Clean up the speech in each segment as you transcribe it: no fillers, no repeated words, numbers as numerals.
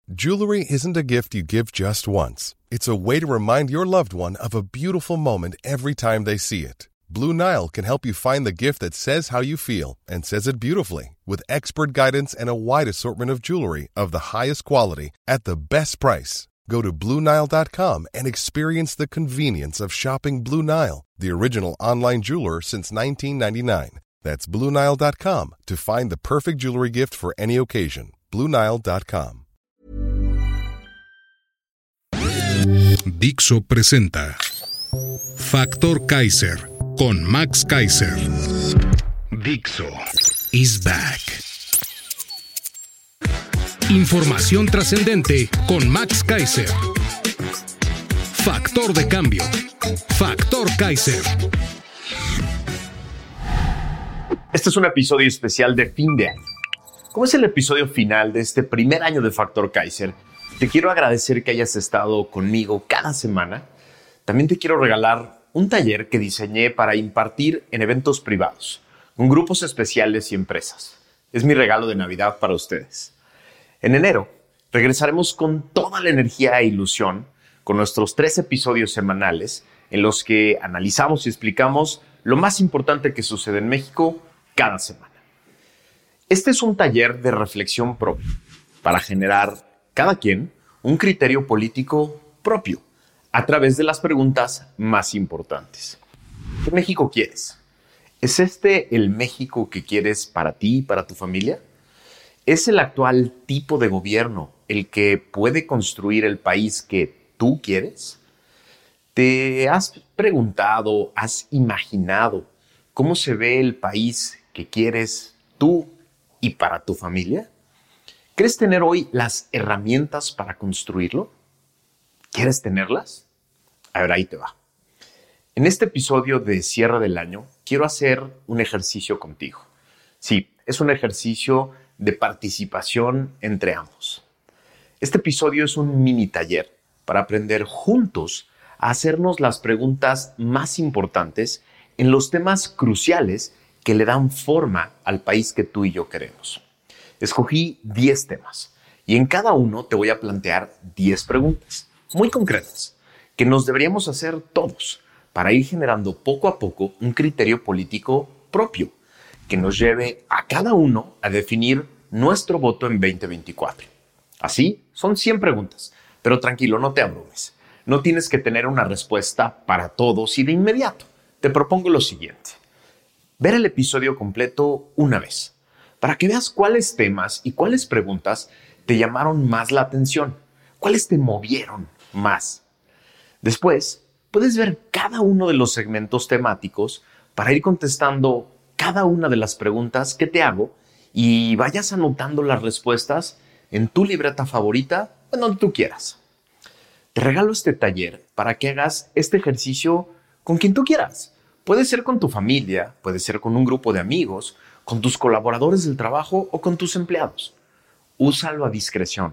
Jewelry isn't a gift you give just once. It's a way to remind your loved one of a beautiful moment every time they see it. Blue Nile can help you find the gift that says how you feel and says it beautifully, with expert guidance and a wide assortment of jewelry of the highest quality at the best price. Go to BlueNile.com and experience the convenience of shopping Blue Nile, the original online jeweler since 1999. That's BlueNile.com to find the perfect jewelry gift for any occasion. BlueNile.com. Dixo presenta Factor Kaiser con Max Kaiser. Dixo is back. Información trascendente con Max Kaiser. Factor de cambio. Factor Kaiser. Este es un episodio especial de fin de año. Como es el episodio final de este primer año de Factor Kaiser, te quiero agradecer que hayas estado conmigo cada semana. También te quiero regalar un taller que diseñé para impartir en eventos privados, con grupos especiales y empresas. Es mi regalo de Navidad para ustedes. En enero, regresaremos con toda la energía e ilusión con nuestros 3 episodios semanales en los que analizamos y explicamos lo más importante que sucede en México cada semana. Este es un taller de reflexión propia para generar cada quien un criterio político propio a través de las preguntas más importantes. ¿Qué México quieres? ¿Es este el México que quieres para ti y para tu familia? ¿Es el actual tipo de gobierno el que puede construir el país que tú quieres? ¿Te has preguntado, has imaginado cómo se ve el país que quieres tú y para tu familia? ¿Crees tener hoy las herramientas para construirlo? ¿Quieres tenerlas? A ver, ahí te va. En este episodio de cierre del año, quiero hacer un ejercicio contigo. Sí, es un ejercicio de participación entre ambos. Este episodio es un mini taller para aprender juntos a hacernos las preguntas más importantes en los temas cruciales que le dan forma al país que tú y yo queremos. Escogí 10 temas y en cada uno te voy a plantear 10 preguntas muy concretas que nos deberíamos hacer todos para ir generando poco a poco un criterio político propio que nos lleve a cada uno a definir nuestro voto en 2024. Así, son 100 preguntas, pero tranquilo, no te abrumes. No tienes que tener una respuesta para todos y de inmediato. Te propongo lo siguiente. Ver el episodio completo una vez, para que veas cuáles temas y cuáles preguntas te llamaron más la atención, cuáles te movieron más. Después, puedes ver cada uno de los segmentos temáticos para ir contestando cada una de las preguntas que te hago y vayas anotando las respuestas en tu libreta favorita o en donde tú quieras. Te regalo este taller para que hagas este ejercicio con quien tú quieras. Puede ser con tu familia, puede ser con un grupo de amigos, con tus colaboradores del trabajo o con tus empleados. Úsalo a discreción.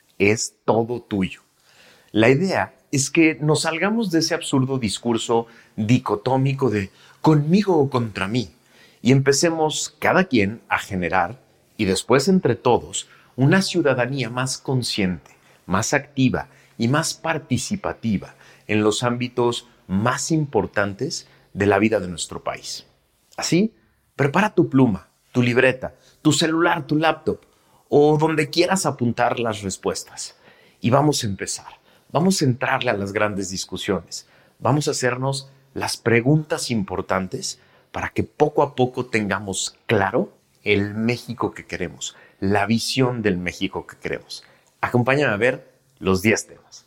Es todo tuyo. La idea es que nos salgamos de ese absurdo discurso dicotómico de conmigo o contra mí y empecemos cada quien a generar y después entre todos una ciudadanía más consciente, más activa y más participativa en los ámbitos más importantes de la vida de nuestro país. Así, prepara tu pluma, tu libreta, tu celular, tu laptop o donde quieras apuntar las respuestas. Y vamos a empezar. Vamos a entrarle a las grandes discusiones. Vamos a hacernos las preguntas importantes para que poco a poco tengamos claro el México que queremos, la visión del México que queremos. Acompáñame a ver los 10 temas.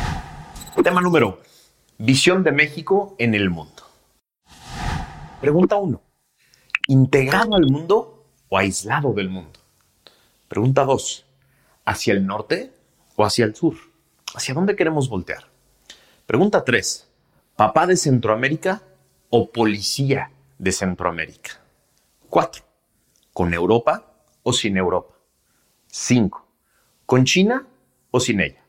Tema número 1. Visión de México en el mundo. Pregunta 1. ¿Integrado al mundo o aislado del mundo? Pregunta 2. ¿Hacia el norte o hacia el sur? ¿Hacia dónde queremos voltear? Pregunta 3. ¿Papá de Centroamérica o policía de Centroamérica? 4. ¿Con Europa o sin Europa? 5. ¿Con China o sin ella?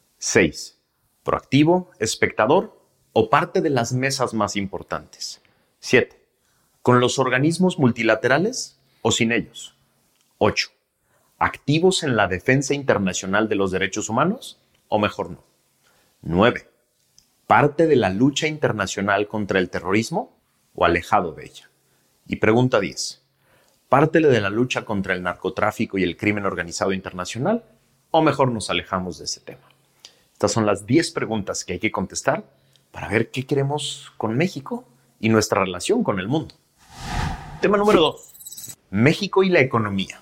6. ¿Proactivo, espectador o parte de las mesas más importantes? 7. ¿Con los organismos multilaterales o sin ellos? 8. ¿Activos en la defensa internacional de los derechos humanos o mejor no? 9. ¿Parte de la lucha internacional contra el terrorismo o alejado de ella? Y pregunta 10. ¿Parte de la lucha contra el narcotráfico y el crimen organizado internacional o mejor nos alejamos de ese tema? Estas son las 10 preguntas que hay que contestar para ver qué queremos con México y nuestra relación con el mundo. Tema número 2. México y la economía.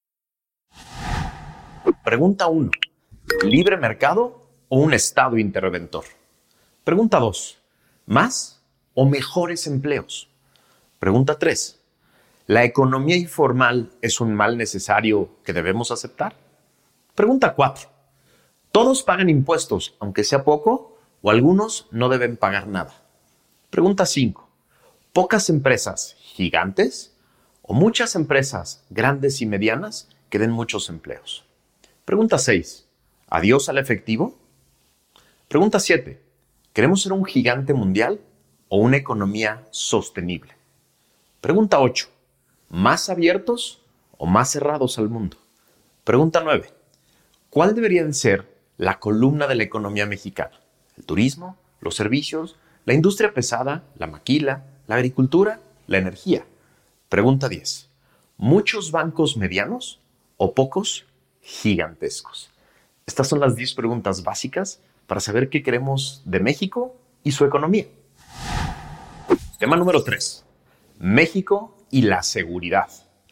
Pregunta 1. ¿Libre mercado o un Estado interventor? Pregunta 2. ¿Más o mejores empleos? Pregunta 3. ¿La economía informal es un mal necesario que debemos aceptar? Pregunta 4. ¿Todos pagan impuestos, aunque sea poco, o algunos no deben pagar nada? Pregunta 5. ¿Pocas empresas gigantes o muchas empresas grandes y medianas que den muchos empleos? Pregunta 6. ¿Adiós al efectivo? Pregunta 7. ¿Queremos ser un gigante mundial o una economía sostenible? Pregunta 8. ¿Más abiertos o más cerrados al mundo? Pregunta 9. ¿Cuál debería de ser la columna de la economía mexicana? ¿El turismo, los servicios, la industria pesada, la maquila, la agricultura, la energía? Pregunta 10. ¿Muchos bancos medianos o pocos gigantescos? Estas son las 10 preguntas básicas para saber qué queremos de México y su economía. Tema número 3. México y la seguridad.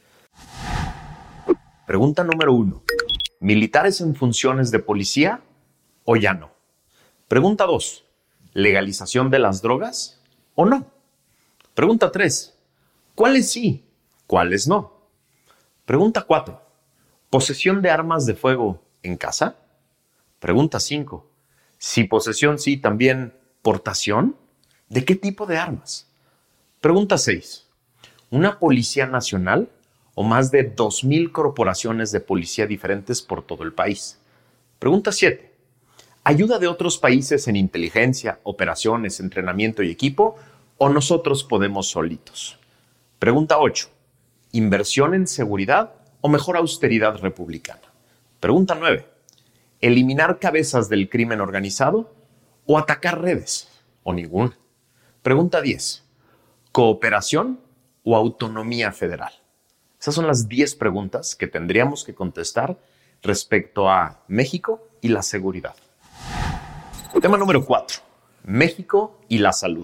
Pregunta número 1. ¿Militares en funciones de policía o ya no? Pregunta 2. ¿Legalización de las drogas o no? Pregunta 3. ¿Cuáles sí? ¿Cuáles no? Pregunta 4. ¿Posesión de armas de fuego en casa? Pregunta 5. Si posesión sí, también portación. ¿De qué tipo de armas? Pregunta 6. ¿Una policía nacional o más de 2,000 corporaciones de policía diferentes por todo el país? Pregunta 7. ¿Ayuda de otros países en inteligencia, operaciones, entrenamiento y equipo o nosotros podemos solitos? Pregunta 8. ¿Inversión en seguridad o mejor austeridad republicana? Pregunta 9. ¿Eliminar cabezas del crimen organizado o atacar redes? ¿O ninguna? Pregunta 10. ¿Cooperación o autonomía federal? Esas son las 10 preguntas que tendríamos que contestar respecto a México y la seguridad. Tema número 4. México y la salud.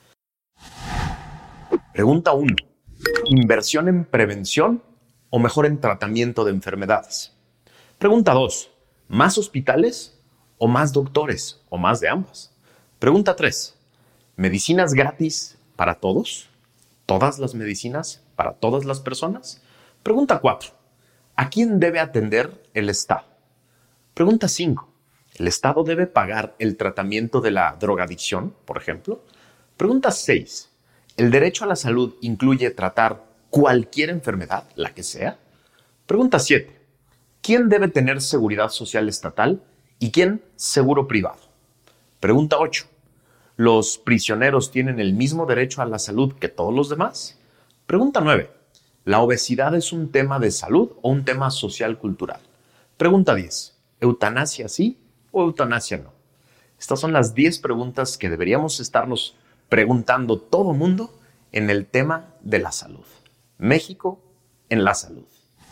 Pregunta 1. ¿Inversión en prevención o mejor en tratamiento de enfermedades? Pregunta 2. ¿Más hospitales o más doctores o más de ambas? Pregunta 3. ¿Medicinas gratis para todos? ¿Todas las medicinas para todas las personas? Pregunta 4. ¿A quién debe atender el Estado? Pregunta 5. ¿El Estado debe pagar el tratamiento de la drogadicción, por ejemplo? Pregunta 6. ¿El derecho a la salud incluye tratar cualquier enfermedad, la que sea? Pregunta 7. ¿Quién debe tener seguridad social estatal y quién seguro privado? Pregunta 8. ¿Los prisioneros tienen el mismo derecho a la salud que todos los demás? Pregunta 9. ¿La obesidad es un tema de salud o un tema social cultural? Pregunta 10. ¿Eutanasia sí o eutanasia no? Estas son las 10 preguntas que deberíamos estarnos preguntando todo mundo en el tema de la salud. México en la salud.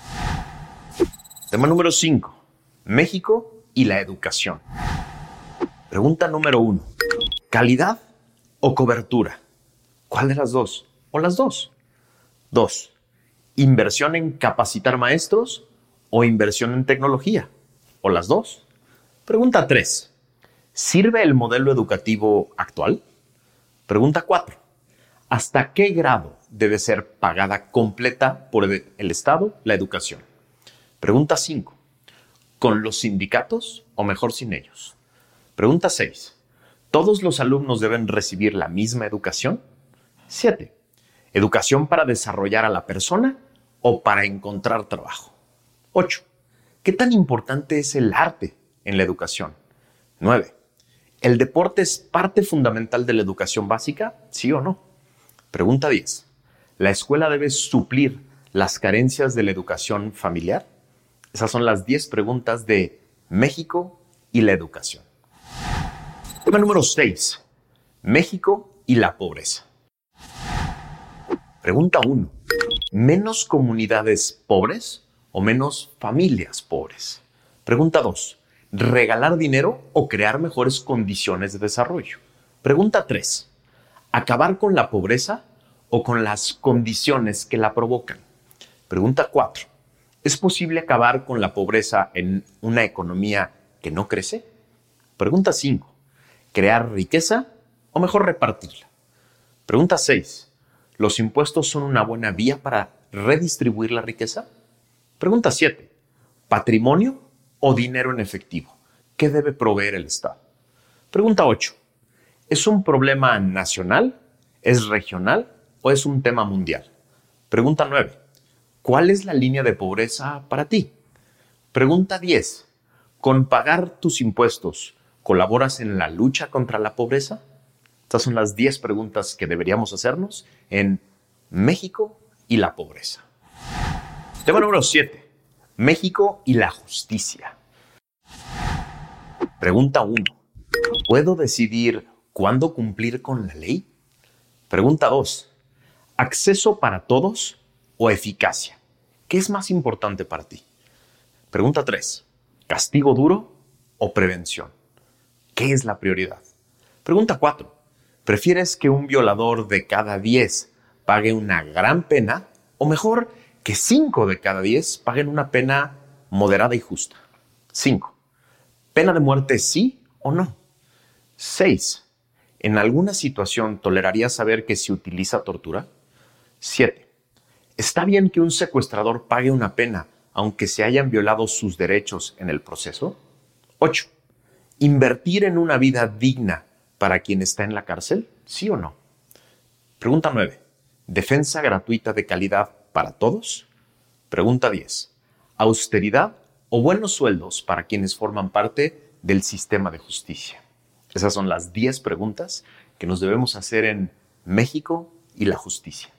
Tema número 5. México y la educación. Pregunta número 1. ¿Calidad o cobertura? ¿Cuál de las dos? ¿O las dos? 2. ¿Inversión en capacitar maestros o inversión en tecnología? ¿O las dos? Pregunta 3. ¿Sirve el modelo educativo actual? Pregunta 4. ¿Hasta qué grado debe ser pagada completa por el Estado la educación? Pregunta 5. ¿Con los sindicatos o mejor sin ellos? Pregunta 6. ¿Todos los alumnos deben recibir la misma educación? 7. ¿Educación para desarrollar a la persona o para encontrar trabajo? 8. ¿Qué tan importante es el arte en la educación? 9. ¿El deporte es parte fundamental de la educación básica? ¿Sí o no? Pregunta 10. ¿La escuela debe suplir las carencias de la educación familiar? Esas son las 10 preguntas de México y la educación. Tema número 6. México y la pobreza. Pregunta 1. ¿Menos comunidades pobres o menos familias pobres? Pregunta 2. ¿Regalar dinero o crear mejores condiciones de desarrollo? Pregunta 3. ¿Acabar con la pobreza o con las condiciones que la provocan? Pregunta 4. ¿Es posible acabar con la pobreza en una economía que no crece? Pregunta 5. ¿Crear riqueza o mejor repartirla? Pregunta 6. ¿Los impuestos son una buena vía para redistribuir la riqueza? Pregunta 7. ¿Patrimonio o dinero en efectivo? ¿Qué debe proveer el Estado? Pregunta 8. ¿Es un problema nacional, es regional o es un tema mundial? Pregunta 9. ¿Cuál es la línea de pobreza para ti? Pregunta 10. ¿Con pagar tus impuestos colaboras en la lucha contra la pobreza? Estas son las 10 preguntas que deberíamos hacernos en México y la pobreza. Tema número 7. México y la justicia. Pregunta 1. ¿Puedo decidir cuándo cumplir con la ley? Pregunta 2. ¿Acceso para todos o eficacia? ¿Qué es más importante para ti? Pregunta 3. ¿Castigo duro o prevención? ¿Qué es la prioridad? Pregunta 4. ¿Prefieres que un violador de cada 10 pague una gran pena o mejor que 5 de cada 10 paguen una pena moderada y justa? 5. ¿Pena de muerte sí o no? 6. ¿En alguna situación tolerarías saber que se utiliza tortura? 7. ¿Está bien que un secuestrador pague una pena aunque se hayan violado sus derechos en el proceso? 8. ¿Invertir en una vida digna para quien está en la cárcel? ¿Sí o no? Pregunta 9. ¿Defensa gratuita de calidad para todos? Pregunta 10. ¿Austeridad o buenos sueldos para quienes forman parte del sistema de justicia? Esas son las 10 preguntas que nos debemos hacer en México y la justicia.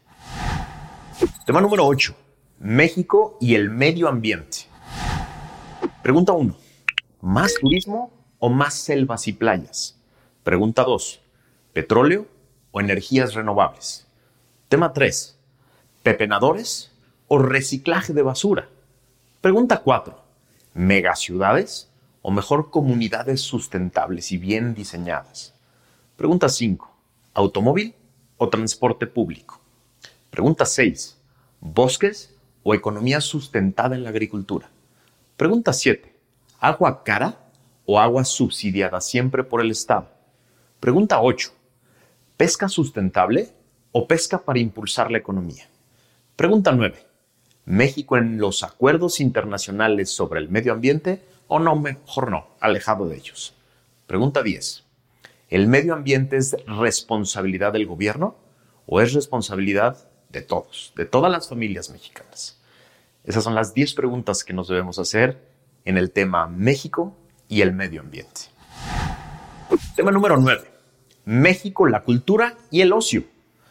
Tema número 8. México y el medio ambiente. Pregunta 1. ¿Más turismo o más selvas y playas? Pregunta 2. ¿Petróleo o energías renovables? Tema 3. ¿Pepenadores o reciclaje de basura? Pregunta 4. ¿Megaciudades o mejor comunidades sustentables y bien diseñadas? Pregunta 5. ¿Automóvil o transporte público? Pregunta 6. ¿Bosques o economía sustentada en la agricultura? Pregunta 7. ¿Agua cara o agua subsidiada siempre por el Estado? Pregunta 8. ¿Pesca sustentable o pesca para impulsar la economía? Pregunta 9. ¿México en los acuerdos internacionales sobre el medio ambiente o no, mejor no, alejado de ellos? Pregunta 10. ¿El medio ambiente es responsabilidad del gobierno o es responsabilidad de todos, de todas las familias mexicanas? Esas son las 10 preguntas que nos debemos hacer en el tema México y el medio ambiente. Tema número 9. México, la cultura y el ocio.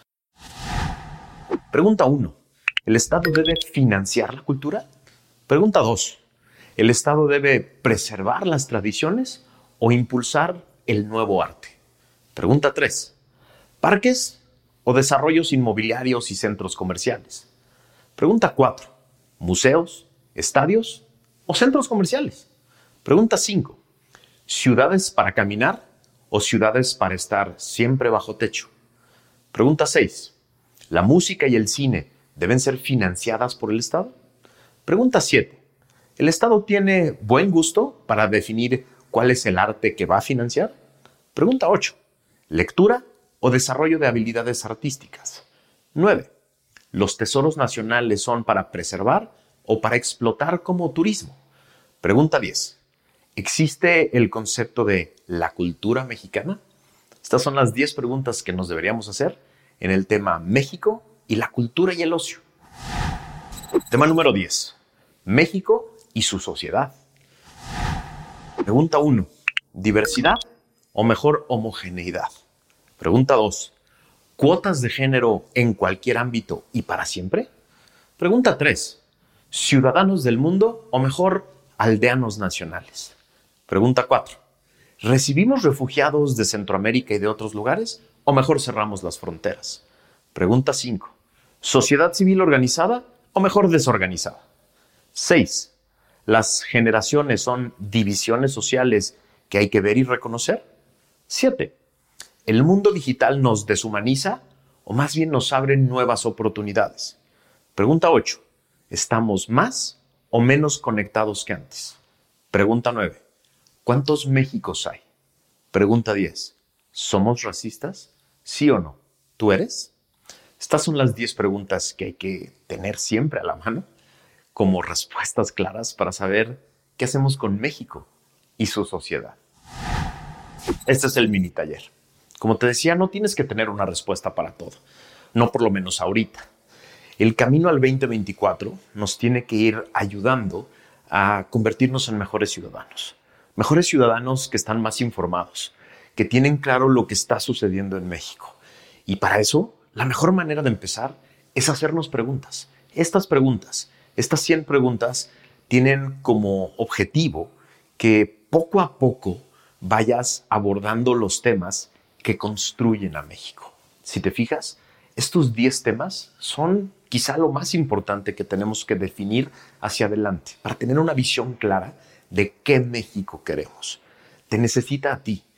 Pregunta 1. ¿El Estado debe financiar la cultura? Pregunta 2. ¿El Estado debe preservar las tradiciones o impulsar el nuevo arte? Pregunta 3. ¿Parques o desarrollos inmobiliarios y centros comerciales? Pregunta 4. ¿Museos, estadios o centros comerciales? Pregunta 5. ¿Ciudades para caminar o ciudades para estar siempre bajo techo? Pregunta 6. ¿La música y el cine deben ser financiadas por el Estado? Pregunta 7. ¿El Estado tiene buen gusto para definir cuál es el arte que va a financiar? Pregunta 8. ¿Lectura o desarrollo de habilidades artísticas? 9. ¿Los tesoros nacionales son para preservar o para explotar como turismo? Pregunta 10. ¿Existe el concepto de la cultura mexicana? Estas son las 10 preguntas que nos deberíamos hacer en el tema México y la cultura y el ocio. Tema número 10. México y su sociedad. Pregunta 1. ¿Diversidad o mejor homogeneidad? Pregunta 2. ¿Cuotas de género en cualquier ámbito y para siempre? Pregunta 3. ¿Ciudadanos del mundo o mejor, aldeanos nacionales? Pregunta 4. ¿Recibimos refugiados de Centroamérica y de otros lugares o mejor cerramos las fronteras? Pregunta 5. ¿Sociedad civil organizada o mejor desorganizada? 6. ¿Las generaciones son divisiones sociales que hay que ver y reconocer? 7. ¿El mundo digital nos deshumaniza o más bien nos abre nuevas oportunidades? Pregunta 8. ¿Estamos más o menos conectados que antes? Pregunta 9. ¿Cuántos Méxicos hay? Pregunta 10. ¿Somos racistas? ¿Sí o no? ¿Tú eres? Estas son las 10 preguntas que hay que tener siempre a la mano como respuestas claras para saber qué hacemos con México y su sociedad. Este es el mini taller. Como te decía, no tienes que tener una respuesta para todo, no por lo menos ahorita. El camino al 2024 nos tiene que ir ayudando a convertirnos en mejores ciudadanos que están más informados, que tienen claro lo que está sucediendo en México. Y para eso, la mejor manera de empezar es hacernos preguntas. Estas 100 preguntas, tienen como objetivo que poco a poco vayas abordando los temas que construyen a México. Si te fijas, estos 10 temas son quizá lo más importante que tenemos que definir hacia adelante para tener una visión clara de qué México queremos. Te necesita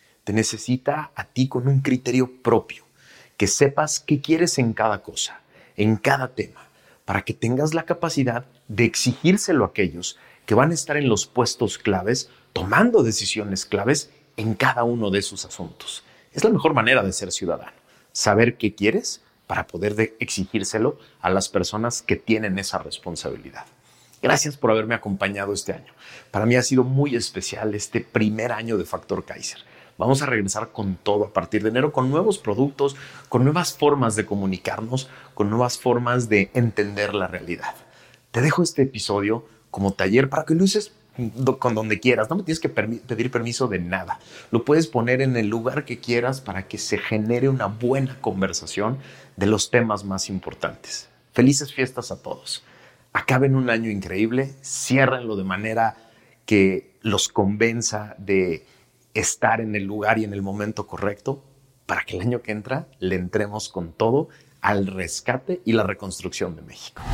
a ti con un criterio propio, que sepas qué quieres en cada cosa, en cada tema, para que tengas la capacidad de exigírselo a aquellos que van a estar en los puestos claves, tomando decisiones claves en cada uno de sus asuntos. Es la mejor manera de ser ciudadano, saber qué quieres para poder exigírselo a las personas que tienen esa responsabilidad. Gracias por haberme acompañado este año. Para mí ha sido muy especial este primer año de Factor Kaiser. Vamos a regresar con todo a partir de enero, con nuevos productos, con nuevas formas de comunicarnos, con nuevas formas de entender la realidad. Te dejo este episodio como taller para que lo uses con donde quieras. No me tienes que pedir permiso de nada. Lo puedes poner en el lugar que quieras para que se genere una buena conversación de los temas más importantes. Felices fiestas a todos. Acaben un año increíble, ciérrenlo de manera que los convenza de estar en el lugar y en el momento correcto para que el año que entra le entremos con todo al rescate y la reconstrucción de México.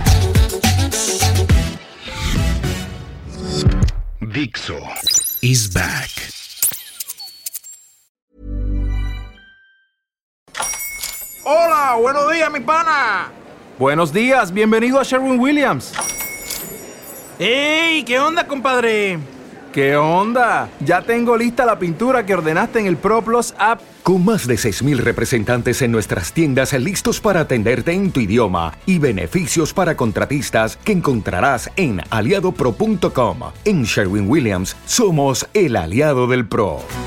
Dixo is back. Hola, buenos días, mi pana. Buenos días, bienvenido a Sherwin-Williams. ¡Ey! ¿Qué onda, compadre? ¿Qué onda? Ya tengo lista la pintura que ordenaste en el ProPlus app. Con más de 6,000 representantes en nuestras tiendas listos para atenderte en tu idioma y beneficios para contratistas que encontrarás en aliadopro.com. En Sherwin-Williams somos el aliado del pro.